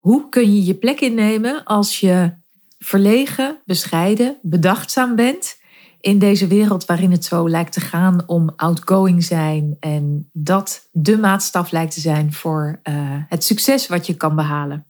Hoe kun je je plek innemen als je verlegen, bescheiden, bedachtzaam bent in deze wereld waarin het zo lijkt te gaan om outgoing zijn en dat de maatstaf lijkt te zijn voor het succes wat je kan behalen?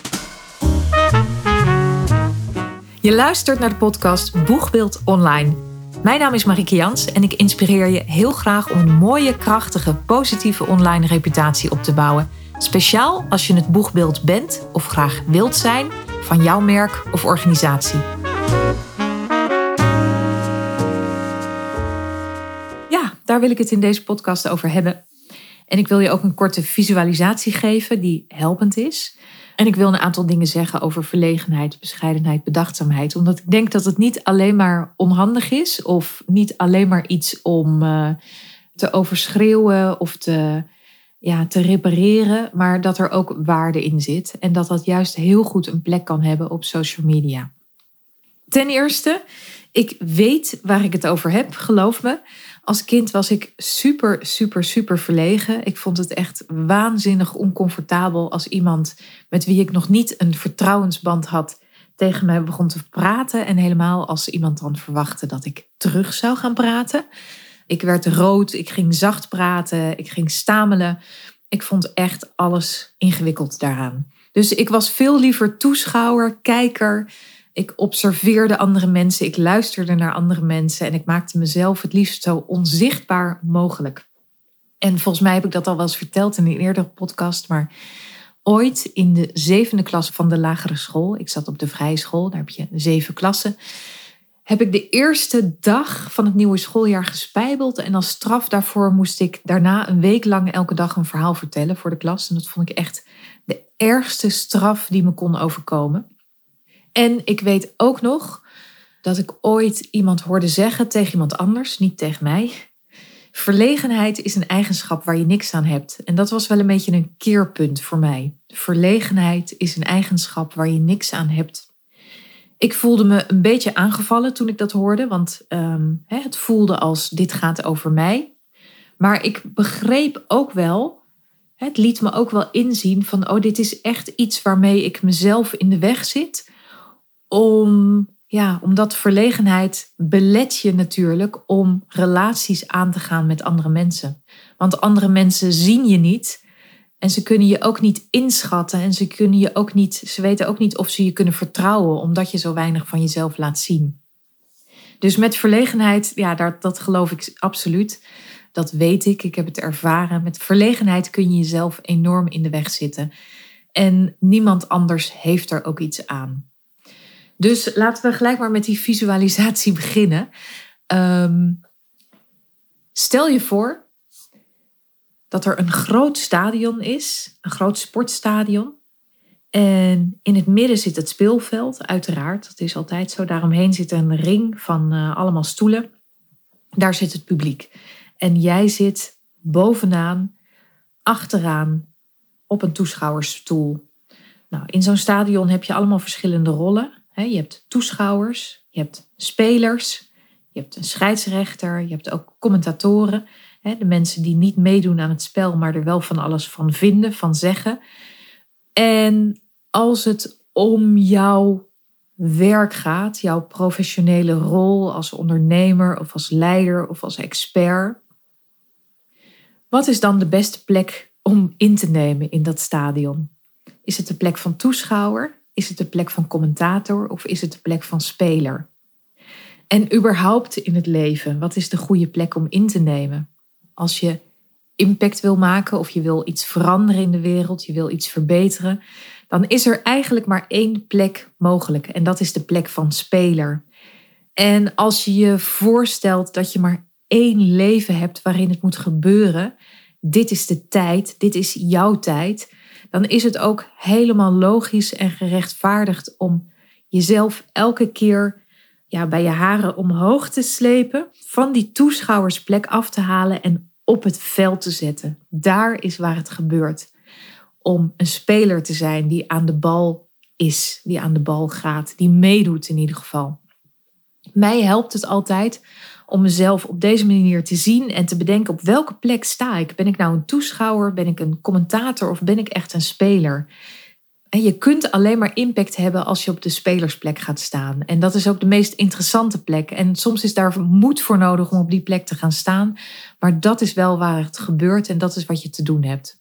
Je luistert naar de podcast Boegbeeld Online. Mijn naam is Marieke Jans en ik inspireer je heel graag om een mooie, krachtige, positieve online reputatie op te bouwen. Speciaal als je het boegbeeld bent of graag wilt zijn van jouw merk of organisatie. Ja, daar wil ik het in deze podcast over hebben. En ik wil je ook een korte visualisatie geven die helpend is. En ik wil een aantal dingen zeggen over verlegenheid, bescheidenheid, bedachtzaamheid. Omdat ik denk dat het niet alleen maar onhandig is of niet alleen maar iets om te overschreeuwen of te repareren, maar dat er ook waarde in zit. En dat dat juist heel goed een plek kan hebben op social media. Ten eerste, ik weet waar ik het over heb, geloof me. Als kind was ik super verlegen. Ik vond het echt waanzinnig oncomfortabel als iemand met wie ik nog niet een vertrouwensband had tegen mij begon te praten. En helemaal als iemand dan verwachtte dat ik terug zou gaan praten. Ik werd rood, ik ging zacht praten, ik ging stamelen. Ik vond echt alles ingewikkeld daaraan. Dus ik was veel liever toeschouwer, kijker. Ik observeerde andere mensen, ik luisterde naar andere mensen en ik maakte mezelf het liefst zo onzichtbaar mogelijk. En volgens mij heb ik dat al wel eens verteld in een eerdere podcast, maar ooit in de 7e klas van de lagere school, ik zat op de vrije school, daar heb je 7 klassen, heb ik de eerste dag van het nieuwe schooljaar gespijbeld en als straf daarvoor moest ik daarna een week lang elke dag een verhaal vertellen voor de klas. En dat vond ik echt de ergste straf die me kon overkomen. En ik weet ook nog dat ik ooit iemand hoorde zeggen tegen iemand anders, niet tegen mij. Verlegenheid is een eigenschap waar je niks aan hebt. En dat was wel een beetje een keerpunt voor mij. Verlegenheid is een eigenschap waar je niks aan hebt. Ik voelde me een beetje aangevallen toen ik dat hoorde, want het voelde als dit gaat over mij. Maar ik begreep ook wel, het liet me ook wel inzien van dit is echt iets waarmee ik mezelf in de weg zit. Omdat verlegenheid belet je natuurlijk om relaties aan te gaan met andere mensen. Want andere mensen zien je niet en ze kunnen je ook niet inschatten en ze weten ook niet of ze je kunnen vertrouwen omdat je zo weinig van jezelf laat zien. Dus met verlegenheid, dat geloof ik absoluut. Dat weet ik, ik heb het ervaren. Met verlegenheid kun je jezelf enorm in de weg zitten. En niemand anders heeft er ook iets aan. Dus laten we gelijk maar met die visualisatie beginnen. Stel je voor dat er een groot stadion is, een groot sportstadion. En in het midden zit het speelveld, uiteraard. Dat is altijd zo. Daaromheen zit een ring van allemaal stoelen. Daar zit het publiek. En jij zit bovenaan, achteraan, op een toeschouwersstoel. Nou, in zo'n stadion heb je allemaal verschillende rollen. Je hebt toeschouwers, je hebt spelers, je hebt een scheidsrechter, je hebt ook commentatoren. De mensen die niet meedoen aan het spel, maar er wel van alles van vinden, van zeggen. En als het om jouw werk gaat, jouw professionele rol als ondernemer of als leider of als expert, wat is dan de beste plek om in te nemen in dat stadion? Is het de plek van toeschouwer? Is het de plek van commentator of is het de plek van speler? En überhaupt in het leven, wat is de goede plek om in te nemen? Als je impact wil maken of je wil iets veranderen in de wereld, je wil iets verbeteren, dan is er eigenlijk maar 1 plek mogelijk. En dat is de plek van speler. En als je je voorstelt dat je maar 1 leven hebt waarin het moet gebeuren, dit is de tijd, dit is jouw tijd, dan is het ook helemaal logisch en gerechtvaardigd om jezelf elke keer bij je haren omhoog te slepen, van die toeschouwersplek af te halen en op het veld te zetten. Daar is waar het gebeurt. Om een speler te zijn die aan de bal is, die aan de bal gaat, die meedoet in ieder geval. Mij helpt het altijd om mezelf op deze manier te zien en te bedenken op welke plek sta ik. Ben ik nou een toeschouwer, ben ik een commentator of ben ik echt een speler? En je kunt alleen maar impact hebben als je op de spelersplek gaat staan. En dat is ook de meest interessante plek. En soms is daar moed voor nodig om op die plek te gaan staan. Maar dat is wel waar het gebeurt en dat is wat je te doen hebt.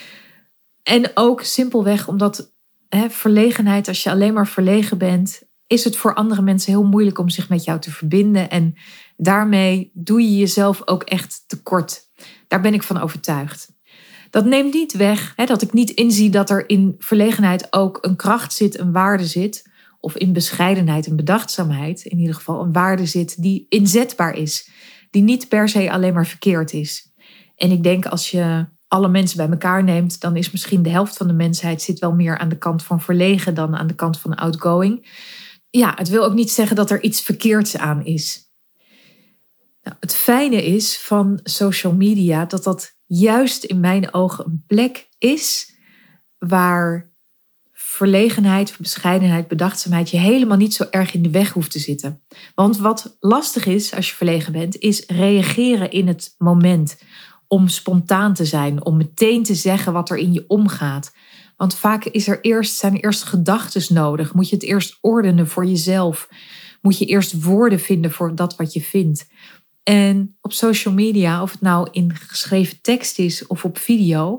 En ook simpelweg omdat verlegenheid, als je alleen maar verlegen bent, is het voor andere mensen heel moeilijk om zich met jou te verbinden. En daarmee doe je jezelf ook echt tekort. Daar ben ik van overtuigd. Dat neemt niet weg dat ik niet inzie dat er in verlegenheid ook een kracht zit, een waarde zit. Of in bescheidenheid en bedachtzaamheid in ieder geval een waarde zit die inzetbaar is. Die niet per se alleen maar verkeerd is. En ik denk als je alle mensen bij elkaar neemt, dan is misschien de helft van de mensheid zit wel meer aan de kant van verlegen dan aan de kant van outgoing. Ja, het wil ook niet zeggen dat er iets verkeerds aan is. Nou, het fijne is van social media dat juist in mijn ogen een plek is waar verlegenheid, bescheidenheid, bedachtzaamheid je helemaal niet zo erg in de weg hoeft te zitten. Want wat lastig is als je verlegen bent, is reageren in het moment. Om spontaan te zijn, om meteen te zeggen wat er in je omgaat. Want vaak zijn er eerst gedachten nodig. Moet je het eerst ordenen voor jezelf. Moet je eerst woorden vinden voor dat wat je vindt. En op social media, of het nou in geschreven tekst is of op video,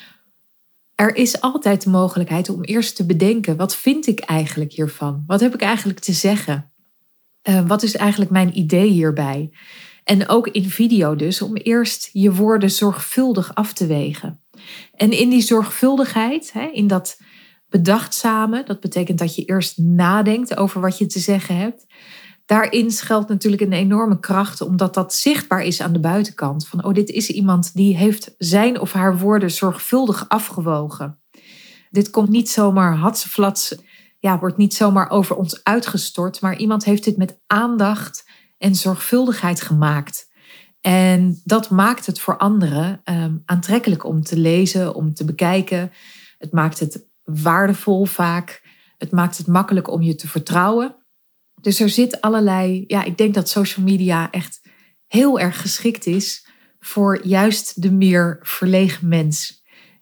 er is altijd de mogelijkheid om eerst te bedenken, wat vind ik eigenlijk hiervan? Wat heb ik eigenlijk te zeggen? Wat is eigenlijk mijn idee hierbij? En ook in video dus, om eerst je woorden zorgvuldig af te wegen. En in die zorgvuldigheid, in dat bedachtzame, dat betekent dat je eerst nadenkt over wat je te zeggen hebt. Daarin schuilt natuurlijk een enorme kracht, omdat dat zichtbaar is aan de buitenkant. Van, dit is iemand die heeft zijn of haar woorden zorgvuldig afgewogen. Dit komt niet zomaar hatseflats, wordt niet zomaar over ons uitgestort, maar iemand heeft dit met aandacht en zorgvuldigheid gemaakt. En dat maakt het voor anderen aantrekkelijk om te lezen, om te bekijken. Het maakt het waardevol vaak. Het maakt het makkelijk om je te vertrouwen. Dus er zit allerlei. Ik denk dat social media echt heel erg geschikt is voor juist de meer verlegen mens.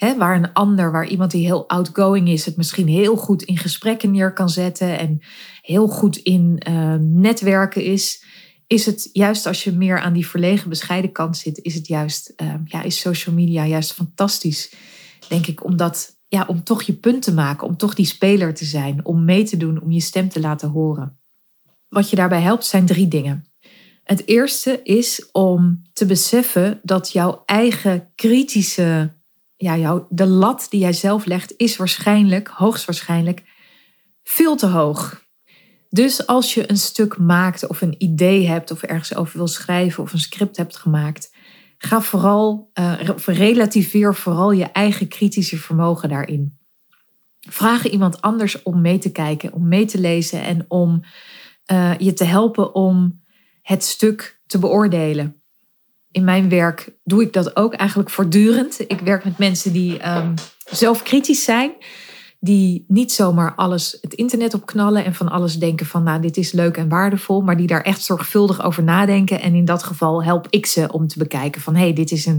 Waar iemand die heel outgoing is, het misschien heel goed in gesprekken neer kan zetten en heel goed in netwerken is het juist als je meer aan die verlegen, bescheiden kant zit, is het juist, is social media juist fantastisch, denk ik, om toch je punt te maken, om toch die speler te zijn, om mee te doen, om je stem te laten horen. Wat je daarbij helpt zijn 3 dingen. Het eerste is om te beseffen dat jouw eigen kritische, de lat die jij zelf legt, is hoogstwaarschijnlijk, veel te hoog. Dus als je een stuk maakt of een idee hebt of ergens over wil schrijven of een script hebt gemaakt, ga vooral, relativeer vooral je eigen kritische vermogen daarin. Vraag iemand anders om mee te kijken, om mee te lezen en om je te helpen om het stuk te beoordelen. In mijn werk doe ik dat ook eigenlijk voortdurend. Ik werk met mensen die zelf kritisch zijn. Die niet zomaar alles het internet opknallen en van alles denken van dit is leuk en waardevol. Maar die daar echt zorgvuldig over nadenken. En in dat geval help ik ze om te bekijken van dit is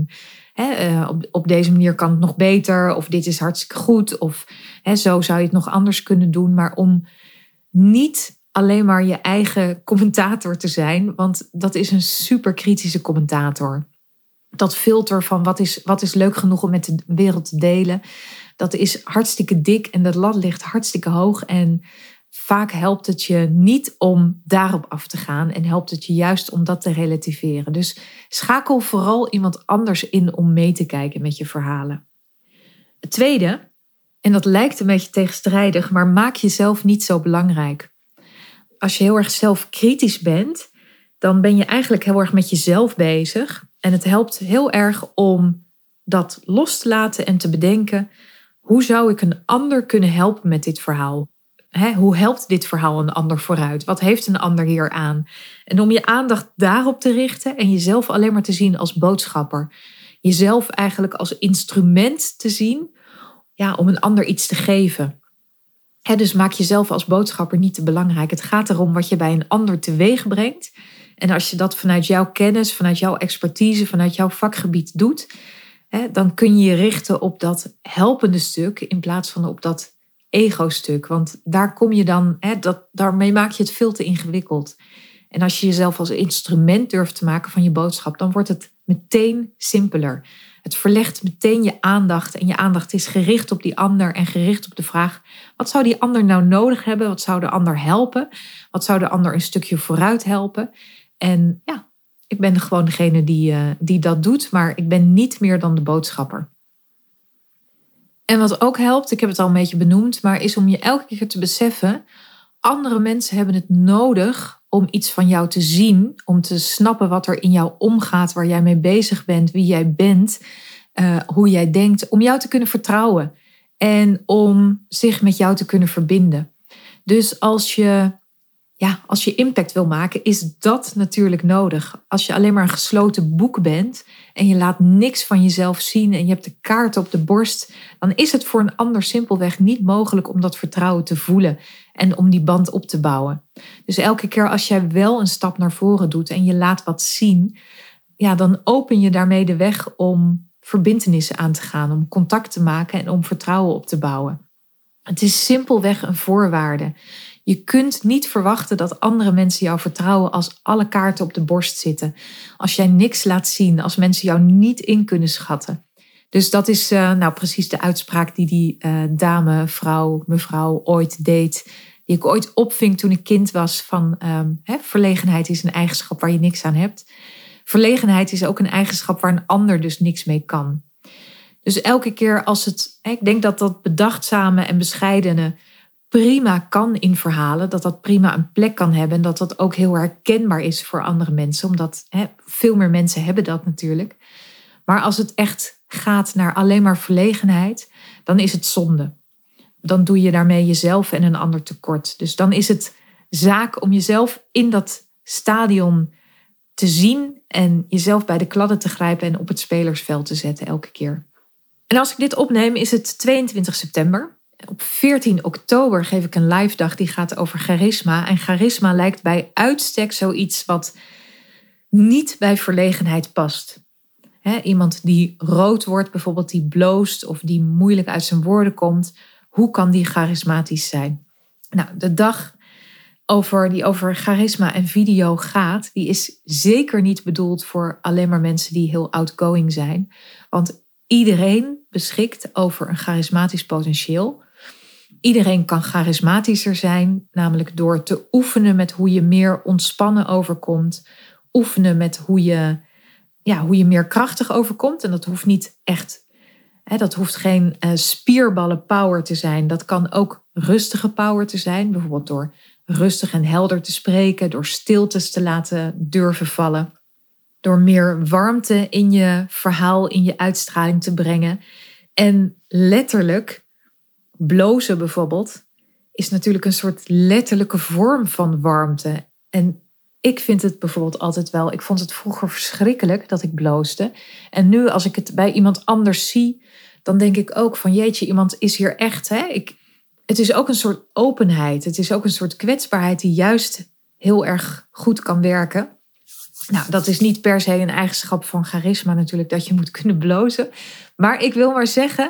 op deze manier kan het nog beter. Of dit is hartstikke goed. Of zo zou je het nog anders kunnen doen. Maar om niet alleen maar je eigen commentator te zijn. Want dat is een super kritische commentator. Dat filter van wat is leuk genoeg om met de wereld te delen. Dat is hartstikke dik en dat lat ligt hartstikke hoog. En vaak helpt het je niet om daarop af te gaan. En helpt het je juist om dat te relativeren. Dus schakel vooral iemand anders in om mee te kijken met je verhalen. Het tweede, en dat lijkt een beetje tegenstrijdig, maar maak jezelf niet zo belangrijk. Als je heel erg zelfkritisch bent, dan ben je eigenlijk heel erg met jezelf bezig. En het helpt heel erg om dat los te laten en te bedenken, hoe zou ik een ander kunnen helpen met dit verhaal? Hoe helpt dit verhaal een ander vooruit? Wat heeft een ander hier aan? En om je aandacht daarop te richten en jezelf alleen maar te zien als boodschapper. Jezelf eigenlijk als instrument te zien om een ander iets te geven. Dus maak jezelf als boodschapper niet te belangrijk. Het gaat erom wat je bij een ander teweeg brengt. En als je dat vanuit jouw kennis, vanuit jouw expertise, vanuit jouw vakgebied doet, dan kun je je richten op dat helpende stuk in plaats van op dat ego-stuk. Want daar kom je dan, daarmee maak je het veel te ingewikkeld. En als je jezelf als instrument durft te maken van je boodschap, dan wordt het meteen simpeler. Het verlegt meteen je aandacht en je aandacht is gericht op die ander en gericht op de vraag, wat zou die ander nou nodig hebben? Wat zou de ander helpen? Wat zou de ander een stukje vooruit helpen? En ja, ik ben gewoon degene die dat doet, maar ik ben niet meer dan de boodschapper. En wat ook helpt, ik heb het al een beetje benoemd, maar is om je elke keer te beseffen, andere mensen hebben het nodig om iets van jou te zien, om te snappen wat er in jou omgaat, waar jij mee bezig bent, wie jij bent, hoe jij denkt, om jou te kunnen vertrouwen en om zich met jou te kunnen verbinden. Dus als je impact wil maken, is dat natuurlijk nodig. Als je alleen maar een gesloten boek bent en je laat niks van jezelf zien en je hebt de kaart op de borst, dan is het voor een ander simpelweg niet mogelijk om dat vertrouwen te voelen en om die band op te bouwen. Dus elke keer als jij wel een stap naar voren doet en je laat wat zien, ja, dan open je daarmee de weg om verbintenissen aan te gaan, om contact te maken en om vertrouwen op te bouwen. Het is simpelweg een voorwaarde. Je kunt niet verwachten dat andere mensen jou vertrouwen als alle kaarten op de borst zitten. Als jij niks laat zien, als mensen jou niet in kunnen schatten. Dus dat is precies de uitspraak die dame, mevrouw ooit deed. Die ik ooit opving toen ik kind was van verlegenheid is een eigenschap waar je niks aan hebt. Verlegenheid is ook een eigenschap waar een ander dus niks mee kan. Dus elke keer als ik denk dat bedachtzame en bescheidene prima kan in verhalen, dat prima een plek kan hebben en dat ook heel herkenbaar is voor andere mensen, omdat veel meer mensen hebben dat natuurlijk. Maar als het echt gaat naar alleen maar verlegenheid, dan is het zonde. Dan doe je daarmee jezelf en een ander tekort. Dus dan is het zaak om jezelf in dat stadion te zien en jezelf bij de kladden te grijpen en op het spelersveld te zetten elke keer. En als ik dit opneem is het 22 september. Op 14 oktober geef ik een live dag die gaat over charisma. En charisma lijkt bij uitstek zoiets wat niet bij verlegenheid past. Iemand die rood wordt, bijvoorbeeld die bloost of die moeilijk uit zijn woorden komt. Hoe kan die charismatisch zijn? Nou, de dag die over charisma en video gaat, die is zeker niet bedoeld voor alleen maar mensen die heel outgoing zijn. Want iedereen beschikt over een charismatisch potentieel. Iedereen kan charismatischer zijn, namelijk door te oefenen met hoe je meer ontspannen overkomt. Oefenen met hoe je meer krachtig overkomt. En dat hoeft niet echt, dat hoeft geen spierballen power te zijn. Dat kan ook rustige power te zijn, bijvoorbeeld door rustig en helder te spreken, door stiltes te laten durven vallen. Door meer warmte in je verhaal, in je uitstraling te brengen. En letterlijk, blozen bijvoorbeeld, is natuurlijk een soort letterlijke vorm van warmte. En ik vind het bijvoorbeeld altijd wel, ik vond het vroeger verschrikkelijk dat ik bloosde. En nu als ik het bij iemand anders zie, dan denk ik ook van jeetje, iemand is hier echt. Het is ook een soort openheid. Het is ook een soort kwetsbaarheid die juist heel erg goed kan werken. Nou, dat is niet per se een eigenschap van charisma natuurlijk, dat je moet kunnen blozen. Maar ik wil maar zeggen,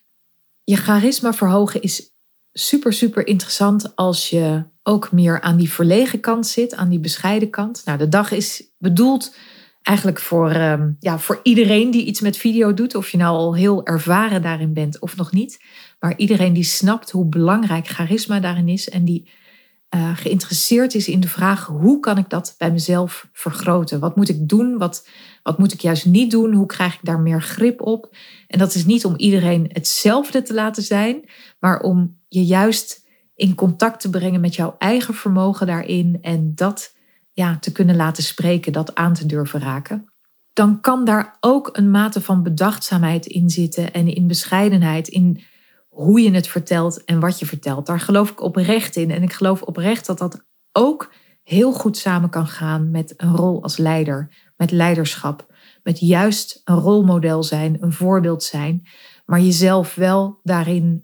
je charisma verhogen is super, super interessant als je ook meer aan die verlegen kant zit, aan die bescheiden kant. Nou, de dag is bedoeld eigenlijk voor iedereen die iets met video doet, of je nou al heel ervaren daarin bent of nog niet. Maar iedereen die snapt hoe belangrijk charisma daarin is en die geïnteresseerd is in de vraag, hoe kan ik dat bij mezelf vergroten? Wat moet ik doen? Wat moet ik juist niet doen? Hoe krijg ik daar meer grip op? En dat is niet om iedereen hetzelfde te laten zijn, maar om je juist in contact te brengen met jouw eigen vermogen daarin en dat te kunnen laten spreken, dat aan te durven raken. Dan kan daar ook een mate van bedachtzaamheid in zitten en in bescheidenheid, in hoe je het vertelt en wat je vertelt. Daar geloof ik oprecht in. En ik geloof oprecht dat dat ook heel goed samen kan gaan met een rol als leider, met leiderschap, met juist een rolmodel zijn, een voorbeeld zijn, maar jezelf wel daarin,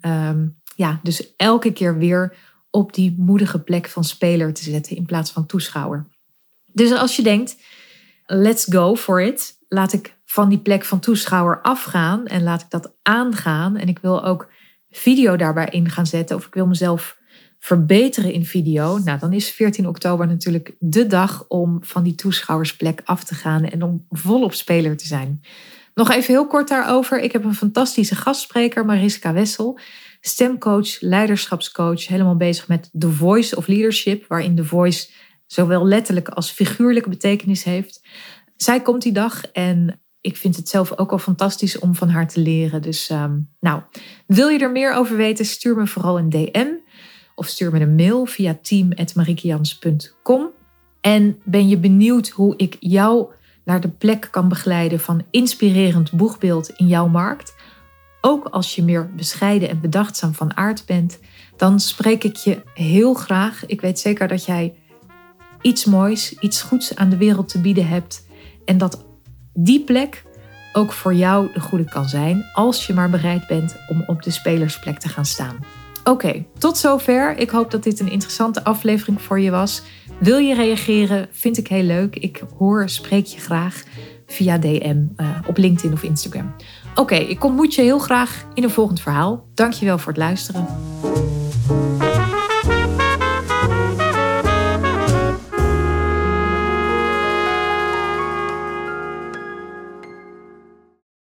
dus elke keer weer op die moedige plek van speler te zetten in plaats van toeschouwer. Dus als je denkt, let's go for it, laat ik van die plek van toeschouwer afgaan en laat ik dat aangaan en ik wil ook video daarbij in gaan zetten. Of ik wil mezelf verbeteren in video. Nou, dan is 14 oktober natuurlijk de dag om van die toeschouwersplek af te gaan. En om volop speler te zijn. Nog even heel kort daarover. Ik heb een fantastische gastspreker, Mariska Wessel. Stemcoach, leiderschapscoach. Helemaal bezig met The Voice of Leadership. Waarin The Voice zowel letterlijk als figuurlijke betekenis heeft. Zij komt die dag en ik vind het zelf ook al fantastisch om van haar te leren. Dus wil je er meer over weten? Stuur me vooral een DM. Of stuur me een mail via team@mariekejans.com. En ben je benieuwd hoe ik jou naar de plek kan begeleiden van inspirerend boegbeeld in jouw markt? Ook als je meer bescheiden en bedachtzaam van aard bent, dan spreek ik je heel graag. Ik weet zeker dat jij iets moois, iets goeds aan de wereld te bieden hebt. En dat die plek ook voor jou de goede kan zijn, als je maar bereid bent om op de spelersplek te gaan staan. Oké, tot zover. Ik hoop dat dit een interessante aflevering voor je was. Wil je reageren? Vind ik heel leuk. Ik spreek je graag via DM op LinkedIn of Instagram. Oké, ik ontmoet je heel graag in een volgend verhaal. Dankjewel voor het luisteren.